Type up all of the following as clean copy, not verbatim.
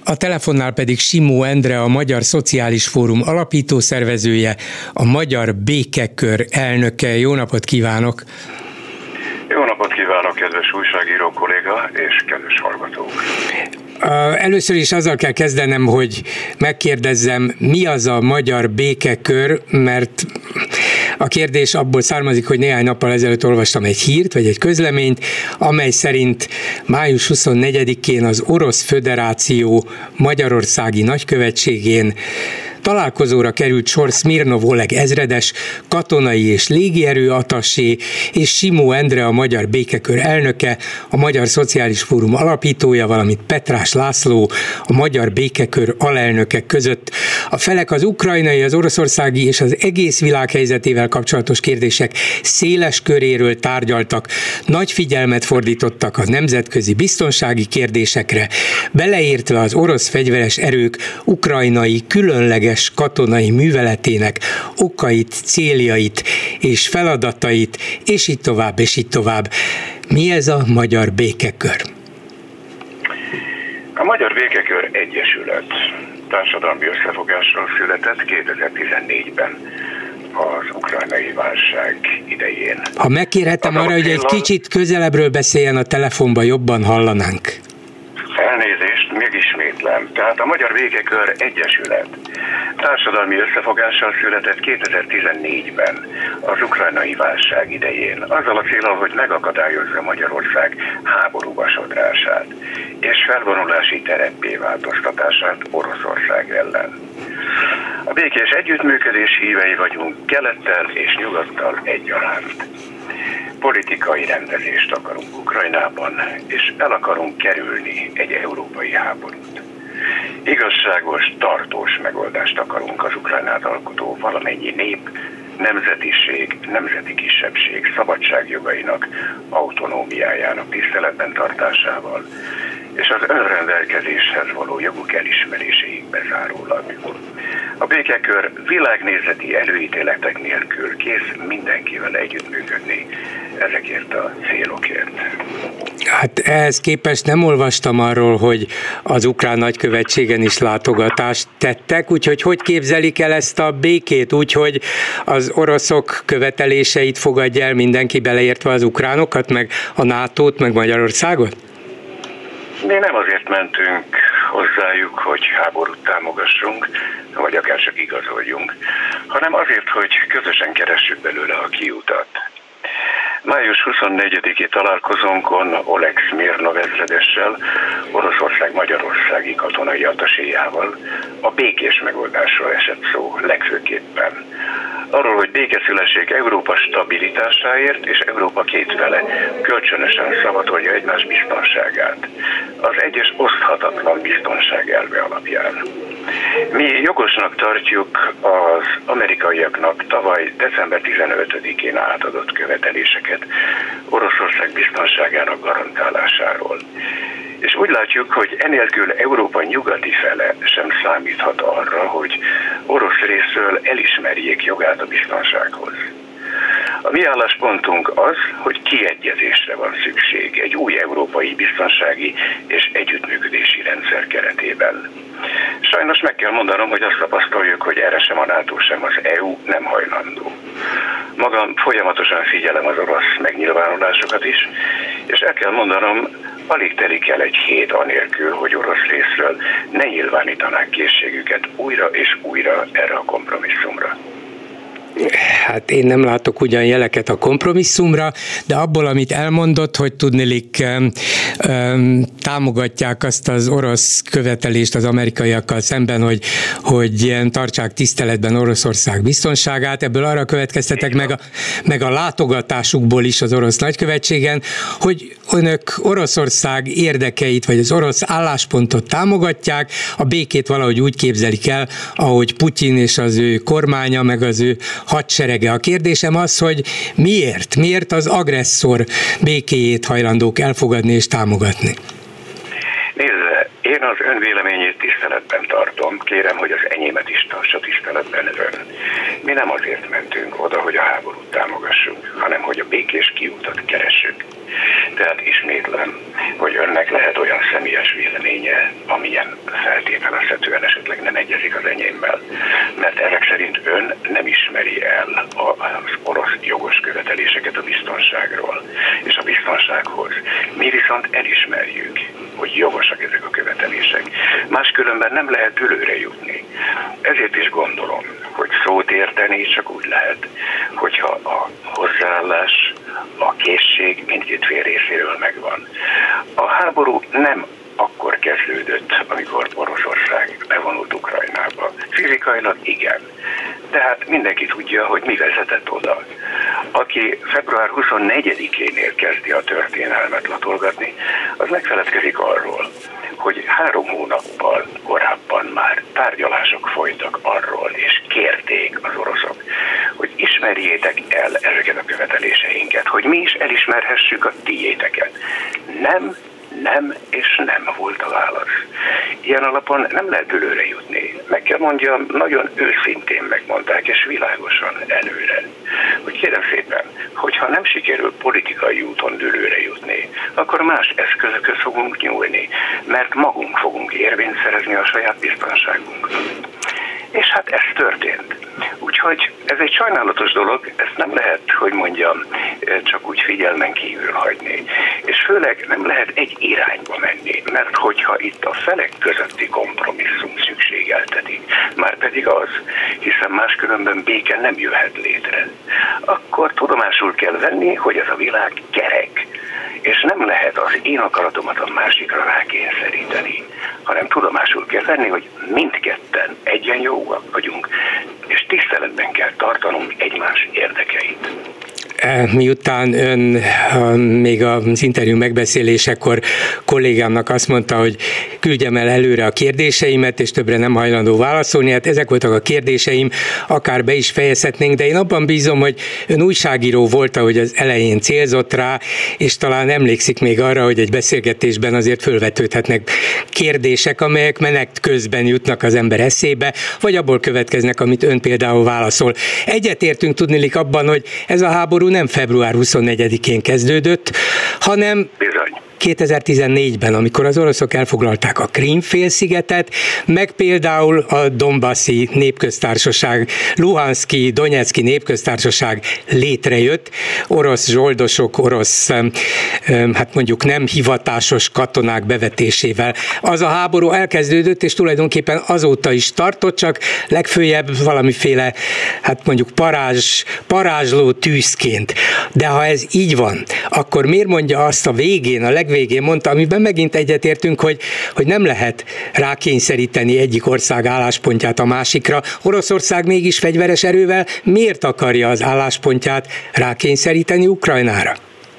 A telefonnál pedig Simó Endre, a Magyar Szociális Fórum alapítószervezője, a Magyar Békekör elnöke. Jó napot kívánok! Jó napot kívánok, kedves újságíró kolléga és kedves hallgatók! Először is azzal kell kezdenem, hogy megkérdezzem, mi az a Magyar Békekör, mert a kérdés abból származik, hogy néhány nappal ezelőtt olvastam egy hírt, vagy egy közleményt, amely szerint május 24-én az Orosz Föderáció magyarországi nagykövetségén találkozóra került sor Szmirnov Oleg ezredes, katonai és légierő atassé, és Simó Endre, a Magyar Békekör elnöke, a Magyar Szociális Fórum alapítója, valamint Petrás László, a Magyar Békekör alelnöke között. A felek az ukrajnai, az oroszországi és az egész világ helyzetével kapcsolatos kérdések széles köréről tárgyaltak, nagy figyelmet fordítottak a nemzetközi biztonsági kérdésekre, beleértve az orosz fegyveres erők ukrajnai különleges katonai műveletének okait, céljait és feladatait, és így tovább, és így tovább. Mi ez a Magyar Békekör? A Magyar Békekör Egyesület társadalmi összefogásról született 2014-ben az ukrajnai válság idején. Ha megkérhetem arra, hogy egy kicsit közelebbről beszéljen a telefonba, jobban hallanánk. Elnézést, megismétlem. Tehát a Magyar Békekör Egyesület társadalmi összefogással született 2014-ben az ukrajnai válság idején, azzal a céllal, hogy megakadályozza Magyarország háborúba sodrását és felvonulási tereppé változtatását Oroszország ellen. A békés együttműködés hívei vagyunk kelettel és nyugattal egyaránt. Politikai rendezést akarunk Ukrajnában, és el akarunk kerülni egy európai háborút. Igazságos, tartós megoldást akarunk az Ukrajnát alkotó valamennyi nép, nemzetiség, nemzeti kisebbség szabadságjogainak, autonómiájának tiszteletben tartásával, és az önrendelkezéshez való joguk elismeréséig bezárólag. A Békekör világnézeti előítéletek nélkül kész mindenkivel együttműködni ezekért a célokért. Hát ehhez képest nem olvastam arról, hogy az ukrán nagykövetségen is látogatást tettek, úgyhogy hogy képzelik el ezt a békét? Úgyhogy az oroszok követeléseit fogadja el mindenki, beleértve az ukránokat, meg a NATO-t, meg Magyarországot? Mi nem azért mentünk hozzájuk, hogy háborút támogassunk, vagy akár csak igazoljunk, hanem azért, hogy közösen keressük belőle a kiutat. Május 24-i találkozónkon Oleg Szmirnov ezredessel, Oroszország magyarországi katonai ataséjával a békés megoldásról esett szó legfőképpen. Arról, hogy béke szülessék Európa stabilitásáért, és Európa két fele kölcsönösen szavatolja egymás biztonságát, az egyes oszthatatlan biztonság elve alapján. Mi jogosnak tartjuk az amerikaiaknak tavaly december 15-én átadott követeléseket Oroszország biztonságának garantálásáról. És úgy látjuk, hogy enélkül Európa nyugati fele sem számíthat arra, hogy orosz részről elismerjék jogát a biztonsághoz. A mi álláspontunk az, hogy kiegyezésre van szükség egy új európai biztonsági és együttműködési rendszer keretében. Sajnos meg kell mondanom, hogy azt tapasztaljuk, hogy erre sem a NATO, sem az EU nem hajlandó. Magam folyamatosan figyelem az orosz megnyilvánulásokat is, és el kell mondanom, alig telik el egy hét anélkül, hogy orosz részről ne nyilvánítanák készségüket újra és újra erre a kompromisszumra. Hát én nem látok ugyan jeleket a kompromisszumra, de abból, amit elmondott, hogy tudniillik támogatják azt az orosz követelést az amerikaiakkal szemben, hogy tartsák tiszteletben Oroszország biztonságát, ebből arra következtetek meg a látogatásukból is az orosz nagykövetségen, hogy önök Oroszország érdekeit, vagy az orosz álláspontot támogatják, a békét valahogy úgy képzelik el, ahogy Putyin és az ő kormánya, meg az ő hadserege. A kérdésem az, hogy miért az agresszor békéjét hajlandók elfogadni és támogatni? Nézze, Én az ön véleményét tiszteletben tartom, kérem, hogy az enyémet is tartsa tiszteletben ön. Mi nem azért mentünk oda, hogy a háborút támogassuk, hanem hogy a békés kiutat keressük. Tehát ismétlem, hogy önnek lehet olyan személyes véleménye, amilyen feltételezhetően esetleg nem egyezik az enyémmel, mert ezek szerint ön nem ismeri el az orosz jogos követeléseket a biztonságról és a biztonsághoz. Mi viszont elismerjük, hogy jogosak ezek a követelések. Máskülönben nem lehet dőlőre jutni. Ezért is gondolom, hogy szót érteni csak úgy lehet, hogyha a hozzáállás, a készség mindkét fél részéről megvan. A háború nem akkor kezdődött, amikor Oroszország bevonult Ukrajnába. Fizikailag igen. De hát mindenki tudja, hogy mi vezetett oda. Aki február 24-énél kezdi a történelmet latolgatni, az megfeledkezik arról, hogy 3 hónappal korábban már tárgyalások folytak arról, és kérték az oroszok, hogy ismerjétek el ezeket a követeléseinket, hogy mi is elismerhessük a tiéteket. Nem és nem volt a válasz. Ilyen alapon nem lehet dőlőre jutni. Meg kell mondjam, nagyon őszintén megmondták, és világosan előre, hogy kérem szépen, hogyha nem sikerül politikai úton dőlőre jutni, akkor más eszközökhöz fogunk nyúlni, mert magunk fogunk érvényt szerezni a saját biztonságunkra. És hát ez történt. Úgyhogy ez egy sajnálatos dolog, ezt nem lehet, hogy mondjam, csak úgy figyelmen kívül hagyni. És főleg nem lehet egy irányba menni, mert hogyha itt a felek közötti kompromisszum szükségeltetik, már pedig az, hiszen máskülönben béke nem jöhet létre, akkor tudomásul kell venni, hogy ez a világ kerek, és nem lehet az én akaratomat a másikra rákényszeríteni, hanem tudomásul kell venni, hogy mindketten egyenjogúak vagyunk, és tiszteletben kell tartanunk egymás érdekeit. Miután ön még az interjú megbeszélésekor kollégámnak azt mondta, hogy küldjem el előre a kérdéseimet, és többre nem hajlandó válaszolni, hát ezek voltak a kérdéseim, akár be is fejezhetnénk, de én abban bízom, hogy ön újságíró volt, ahogy az elején célzott rá, és talán emlékszik még arra, hogy egy beszélgetésben azért fölvetődhetnek kérdések, amelyek menet közben jutnak az ember eszébe, vagy abból következnek, amit ön például válaszol. Egyetértünk tudniillik abban, hogy ez a háború nem február 24-én kezdődött, hanem 2014-ben, amikor az oroszok elfoglalták a Krím-félszigetet, meg például a Donbassi népköztársaság, Luhanszki, Donetszki népköztársaság létrejött, orosz zsoldosok, orosz, hát mondjuk nem hivatásos katonák bevetésével. Az a háború elkezdődött, és tulajdonképpen azóta is tartott, csak legfőjebb valamiféle, hát mondjuk parázsló tűzként. De ha ez így van, akkor miért mondja azt a legvégén mondta, amiben megint egyetértünk, hogy nem lehet rákényszeríteni egyik ország álláspontját a másikra. Oroszország mégis fegyveres erővel miért akarja az álláspontját rákényszeríteni Ukrajnára?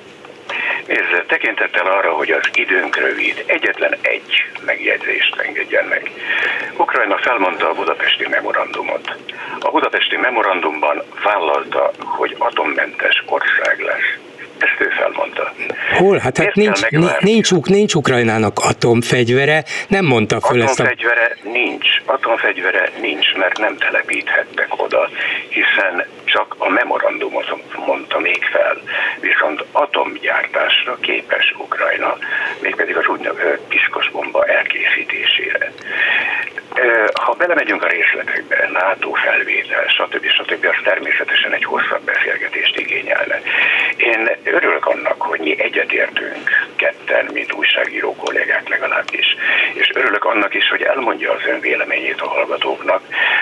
Nézd, tekintettel arra, hogy az időnk rövid, egyetlen egy megjegyzést engedjen meg. Ukrajna felmondta a budapesti memorandumot. A budapesti memorandumban vállalta, hogy atommentes ország lesz. Ezt ő felmondta. Hol? Hát nincs Ukrajnának atomfegyvere, nem mondta föl ezt a... Atomfegyvere nincs, mert nem telepíthettek oda, hiszen csak a memorandumot mondta még fel. Viszont atomgyártásra képes Ukrajna, mégpedig az úgynevezett piszkos bomba elkészítésére. Ha belemegyünk a részletekbe, NATO felvétel, stb., az természetesen egy hosszabb beszélgetést igényelne. Én örülök annak, hogy mi egyetértünk ketten, mint újságíró kollégák legalábbis, és örülök annak is, hogy elmondja az ön véleményét a hallgatóknak,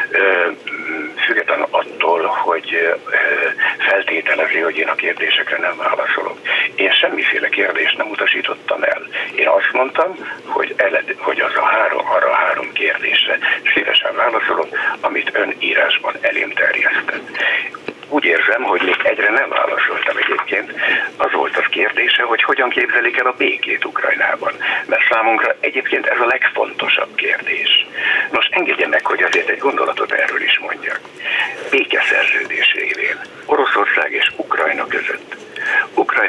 függetlenül attól, hogy feltételezi, hogy én a kérdésekre nem válaszolok. Én semmiféle kérdést nem utasítottam el. Én azt mondtam, hogy arra a 3 kérdésre szívesen válaszolok, amit ön írásban elém terjesztett. Úgy érzem, hogy még egyre nem válaszoltam egyébként. Az volt az kérdése, hogy hogyan képzelik el a békét Ukrajnában. Mert számunkra egyébként ez a legfontosabb kérdés. Most engedje meg, hogy azért egy gondolatot erről is mondjak. Békeszerződés révén Oroszország és Ukrajna között Ukrajnának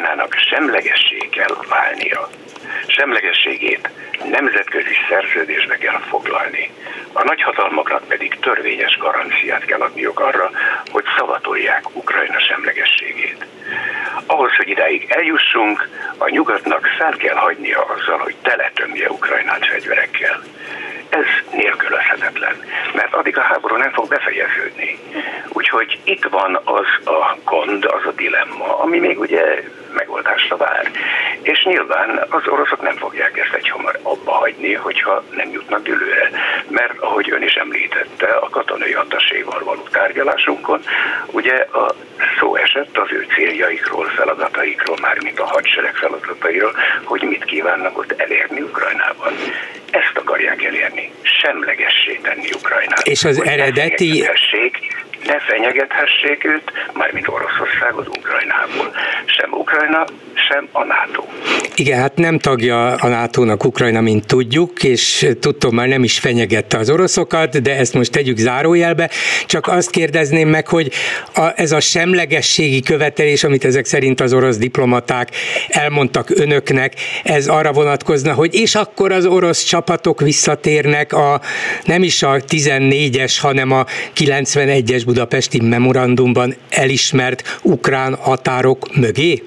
semlegessé kell válnia. Semlegességét nemzetközi szerződésbe kell foglalni. A nagyhatalmaknak pedig törvényes garanciát kell adniuk arra, hogy szavatolják Ukrajna semlegességét. Ahhoz, hogy idáig eljussunk, a nyugatnak fel kell hagynia azzal, hogy teletömje Ukrajnát fegyverekkel. Ez nélkülözhetetlen, mert addig a háború nem fog befejeződni. Úgyhogy itt van az a gond, az a dilemma, ami még ugye megoldásra vár. És nyilván az oroszok nem fogják ezt egyhamar abba hagyni, hogyha nem jutnak dűlőre. Mert ahogy ön is említette, a katonai attaséval való tárgyalásunkon, ugye a szó esett az ő céljaikról, feladataikról, mármint a hadsereg feladatairól, hogy mit kívánnak ott elérni Ukrajnában. Ezt akarják elérni, semlegessé tenni Ukrajnát. És az eredeti... Ne fenyegethessék őt, mármint Oroszországot Ukrajnából. Sem Ukrajna, sem a NATO. Igen, hát nem tagja a NATO-nak Ukrajna, mint tudjuk, és tudtom, már nem is fenyegette az oroszokat, de ezt most tegyük zárójelbe. Csak azt kérdezném meg, hogy ez a semlegességi követelés, amit ezek szerint az orosz diplomaták elmondtak önöknek, ez arra vonatkozna, hogy és akkor az orosz csapatok visszatérnek nem is a 14-es, hanem a 91-es budapesti memorandumban elismert ukrán határok mögé?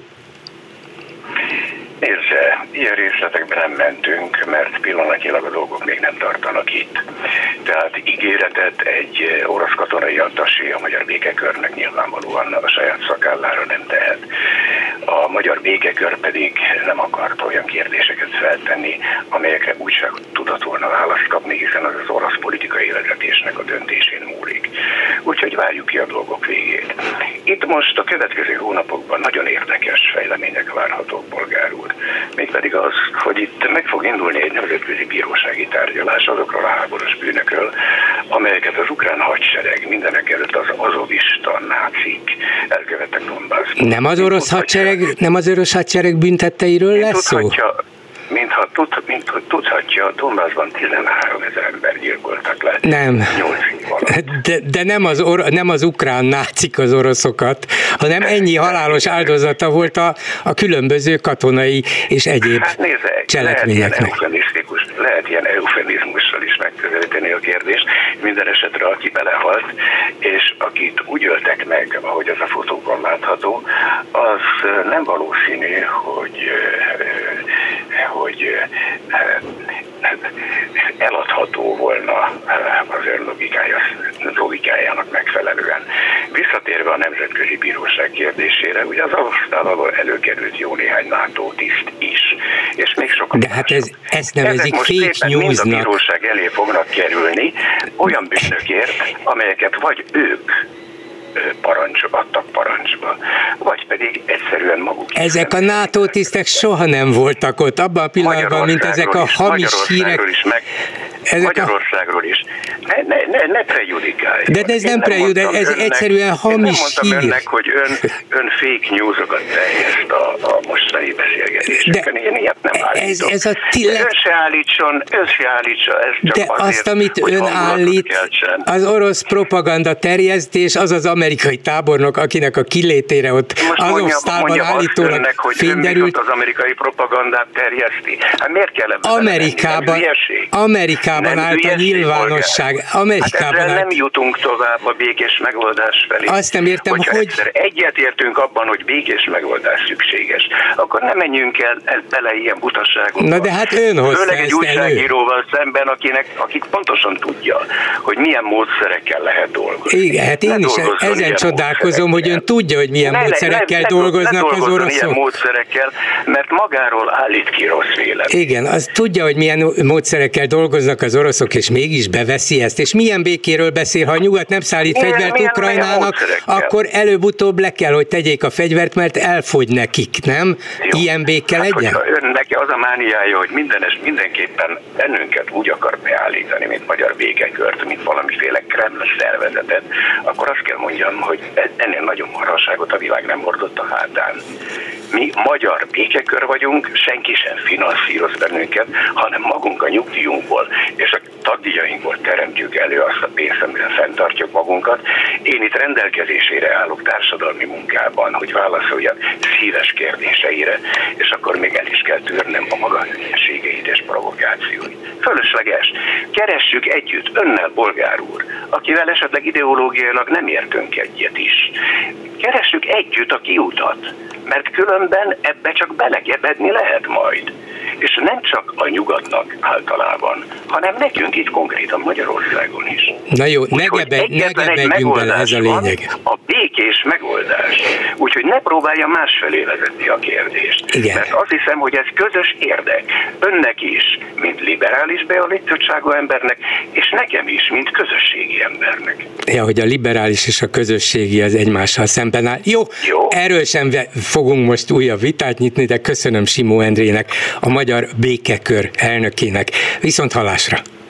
Nézze, ilyen részletekben nem mentünk, mert pillanatnyilag a dolgok még nem tartanak itt. Tehát ígéretet egy orosz katonai attasé a magyar békekörnek nyilvánvalóan a saját szakállára nem tehet. A magyar békekör pedig nem akart olyan kérdéseket feltenni, amelyekre úgysem tudott volna választ kapni, hiszen az az orosz politikai vezetésnek a döntésén múlik. Úgyhogy várjuk ki a dolgok végét. Itt most a következő hónapokban nagyon érdekes fejlemények várhatók, polgár úr. Mégpedig az, hogy itt meg fog indulni egy nemzetközi bírósági tárgyalás azokról a háborús bűnökről, amelyeket az ukrán hadsereg, mindenek előtt az azovista nácik elkövettek Donbassban. Nem az orosz hadsereg büntetteiről lesz szó? Mintha tudhatja, Donbassban 13 000 ember gyilkoltak le. Nem. 8 év alatt. De nem az ukrán nácik az oroszokat, hanem ennyi halálos áldozata volt a különböző katonai és egyéb cselekményeknek. Lehet ilyen eufemizmussal is megközelíteni a kérdést. Minden esetre aki belehalt, és akit úgy öltek meg, ahogy az a fotókon látható, az nem valószínű, hogy eladható volna az ön logikájának megfelelően. Visszatérve a Nemzetközi Bíróság kérdésére, ugye az asztal alól előkerült jó néhány NATO tiszt is, és még sokan. De hát ezt nevezik fake newsnak. Mind a bíróság elé fognak kerülni olyan bűnökért, amelyeket vagy ők adtak parancsba, vagy pedig egyszerűen maguk. Ezek a NATO tisztek soha nem voltak ott, abban a pillanatban, mint ezek a hamis hírek. Magyarországról is. Ne prejudikálj. De ez nem prejudikálj, ez egyszerűen hamis hír. Nem mondtam önnek, hogy ön fake newsokat terjeszt a mostani beszélgetéseken. Én ilyet nem állítok. Ön se állítsa, ez csak de azért, azt, amit ön állít, az orosz propaganda terjesztés, az az amerikai tábornok, akinek a kilétére ott Azovsztálban állítólag fényderült. Az amerikai propagandát terjeszti. Hát miért kell ebben Amerikában állt a nyilvánosság. Ezzel nem jutunk tovább a békés megoldás felé. Azt nem értem, hogyha egyszer egyetértünk abban, hogy békés megoldás szükséges, akkor nem menjünk el bele ilyen butaságokba. Na de hát ön hozta főleg egy újságíróval szemben, akik pontosan tudja, hogy milyen módszerekkel lehet dolgozni. Igen, hát én is ezen csodálkozom, hogy ön tudja, hogy milyen módszerekkel dolgoznak az oroszok. Ilyen módszerekkel, mert magáról állít ki rossz véleményt. Igen, az tudja, hogy milyen módszerekkel dolgoznak az oroszok, és mégis beveszi ezt. És milyen békéről beszél, ha a nyugat nem szállít fegyvert Ukrajnának, akkor előbb-utóbb le kell, hogy tegyék a fegyvert, mert elfogy nekik, nem? Jó. Ilyen béke legyen? Neki az a mániája, hogy mindenképpen bennünket úgy akar beállítani, mint magyar békekört, mint valamiféle Kreml szervezetet, akkor azt kell mondjam, hogy ennél nagyobb marhaságot a világ nem hordott a hátán. Mi magyar békekör vagyunk, senki sem finanszíroz bennünket, hanem magunk a nyugdíjunkból és a tagdíjainkból teremtjük elő azt a pénzt, amivel fenntartjuk magunkat. magunkat. Én itt rendelkezésére állok társadalmi munkában, hogy válaszoljak szíves kérdéseire, és akkor még el is kell tűrnem a maga hülyeségeit és provokációit. Fölösleges. Keressük együtt önnel, polgár úr, akivel esetleg ideológiailag nem értünk egyet is. Keressük együtt a kiutat, mert különben ebbe csak belegebedni lehet majd. És nem csak a nyugatnak általában, hanem nekünk itt konkrétan Magyarországon is. Na jó, ne gebedjünk bele, ez a lényeg. A békés megoldás. Úgyhogy ne próbálja másfelé vezetni a kérdést. Igen. Mert azt hiszem, hogy ez közös érdek. Önnek is, mint liberális beállítottságú embernek, és nekem is, mint közösségi embernek. Ja, hogy a liberális és a közösségi az egymással szemben áll. Jó. Erről sem fogunk most újabb vitát nyitni, de köszönöm Simó Endrének, a Magyar Békekör elnökének. Viszont hallásra!